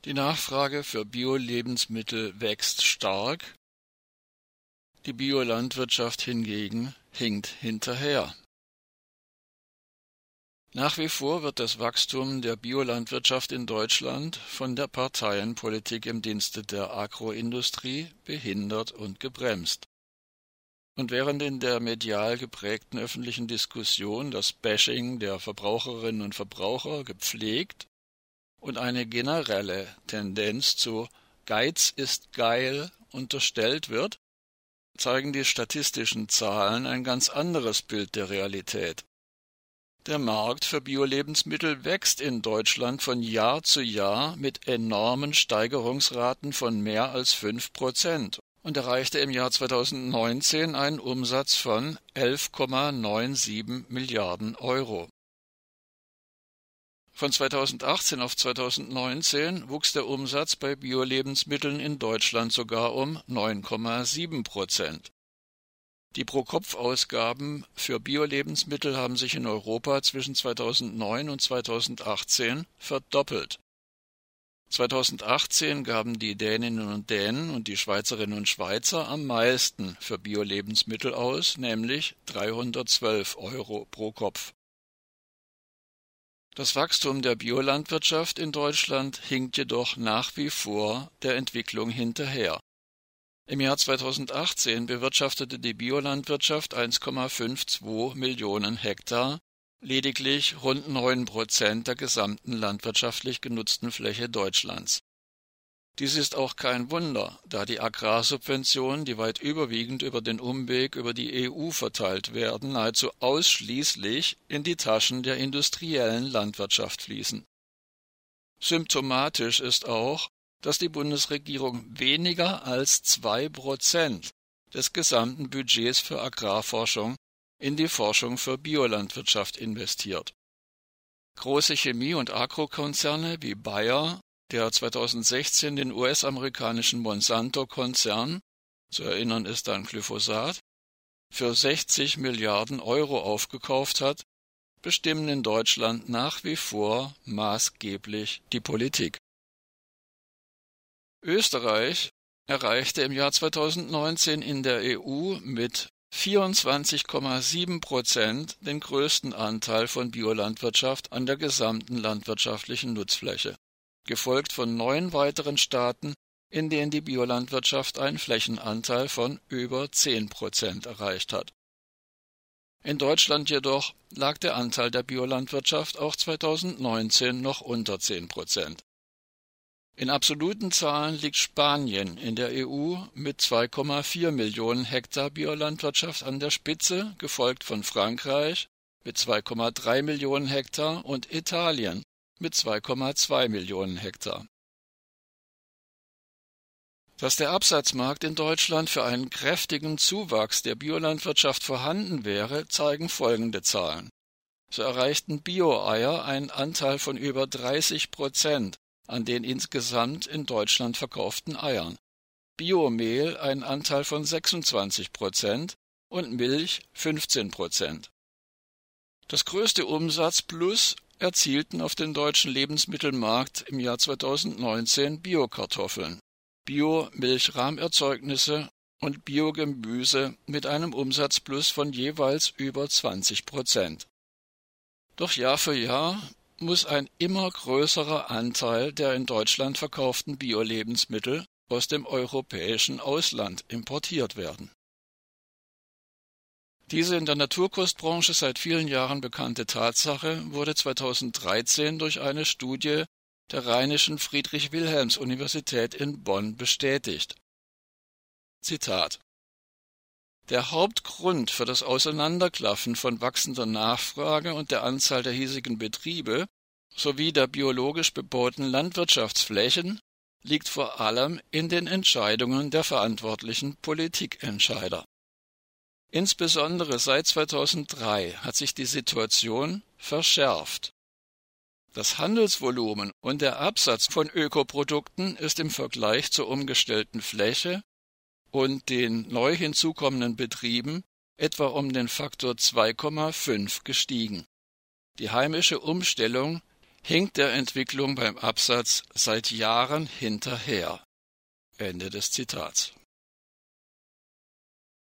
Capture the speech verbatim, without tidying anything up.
Die Nachfrage für Bio-Lebensmittel wächst stark, die Biolandwirtschaft hingegen hinkt hinterher. Nach wie vor wird das Wachstum der Biolandwirtschaft in Deutschland von der Parteienpolitik im Dienste der Agroindustrie behindert und gebremst. Und während in der medial geprägten öffentlichen Diskussion das Bashing der Verbraucherinnen und Verbraucher gepflegt und eine generelle Tendenz zu Geiz ist geil unterstellt wird, zeigen die statistischen Zahlen ein ganz anderes Bild der Realität. Der Markt für Bio-Lebensmittel wächst in Deutschland von Jahr zu Jahr mit enormen Steigerungsraten von mehr als fünf Prozent und erreichte im Jahr zweitausendneunzehn einen Umsatz von elf Komma siebenundneunzig Milliarden Euro. Von zweitausendachtzehn auf zweitausendneunzehn wuchs der Umsatz bei Bio-Lebensmitteln in Deutschland sogar um neun Komma sieben Prozent. Die Pro-Kopf-Ausgaben für Bio-Lebensmittel haben sich in Europa zwischen zweitausendneun und zweitausendachtzehn verdoppelt. zweitausendachtzehn gaben die Däninnen und Dänen und die Schweizerinnen und Schweizer am meisten für Bio-Lebensmittel aus, nämlich dreihundertzwölf Euro pro Kopf. Das Wachstum der Biolandwirtschaft in Deutschland hinkt jedoch nach wie vor der Entwicklung hinterher. Im Jahr zweitausendachtzehn bewirtschaftete die Biolandwirtschaft eins Komma zweiundfünfzig Millionen Hektar, lediglich rund neun Prozent der gesamten landwirtschaftlich genutzten Fläche Deutschlands. Dies ist auch kein Wunder, da die Agrarsubventionen, die weit überwiegend über den Umweg über die E U verteilt werden, nahezu ausschließlich in die Taschen der industriellen Landwirtschaft fließen. Symptomatisch ist auch, dass die Bundesregierung weniger als zwei Prozent des gesamten Budgets für Agrarforschung in die Forschung für Biolandwirtschaft investiert. Große Chemie- und Agrokonzerne wie Bayer, der zweitausendsechzehn den U S-amerikanischen Monsanto-Konzern, zu erinnern ist an Glyphosat, für sechzig Milliarden Euro aufgekauft hat, bestimmen in Deutschland nach wie vor maßgeblich die Politik. Österreich erreichte im Jahr zweitausendneunzehn in der E U mit vierundzwanzig Komma sieben Prozent den größten Anteil von Biolandwirtschaft an der gesamten landwirtschaftlichen Nutzfläche, gefolgt von neun weiteren Staaten, in denen die Biolandwirtschaft einen Flächenanteil von über zehn Prozent erreicht hat. In Deutschland jedoch lag der Anteil der Biolandwirtschaft auch zweitausendneunzehn noch unter zehn Prozent. In absoluten Zahlen liegt Spanien in der E U mit zwei Komma vier Millionen Hektar Biolandwirtschaft an der Spitze, gefolgt von Frankreich mit zwei Komma drei Millionen Hektar und Italien mit zwei Komma zwei Millionen Hektar. Dass der Absatzmarkt in Deutschland für einen kräftigen Zuwachs der Biolandwirtschaft vorhanden wäre, zeigen folgende Zahlen. So erreichten Bio-Eier einen Anteil von über dreißig Prozent an den insgesamt in Deutschland verkauften Eiern, Biomehl einen Anteil von sechsundzwanzig Prozent und Milch fünfzehn Prozent. Das größte Umsatzplus erzielten auf dem deutschen Lebensmittelmarkt im Jahr zweitausendneunzehn Biokartoffeln, Bio-Milchrahmerzeugnisse und Biogemüse mit einem Umsatzplus von jeweils über zwanzig Prozent. Doch Jahr für Jahr muss ein immer größerer Anteil der in Deutschland verkauften Bio-Lebensmittel aus dem europäischen Ausland importiert werden. Diese in der Naturkostbranche seit vielen Jahren bekannte Tatsache wurde zweitausenddreizehn durch eine Studie der Rheinischen Friedrich-Wilhelms-Universität in Bonn bestätigt. Zitat: Der Hauptgrund für das Auseinanderklaffen von wachsender Nachfrage und der Anzahl der hiesigen Betriebe sowie der biologisch bebauten Landwirtschaftsflächen liegt vor allem in den Entscheidungen der verantwortlichen Politikentscheider. Insbesondere seit zweitausenddrei hat sich die Situation verschärft. Das Handelsvolumen und der Absatz von Ökoprodukten ist im Vergleich zur umgestellten Fläche und den neu hinzukommenden Betrieben etwa um den Faktor zwei Komma fünf gestiegen. Die heimische Umstellung hinkt der Entwicklung beim Absatz seit Jahren hinterher. Ende des Zitats.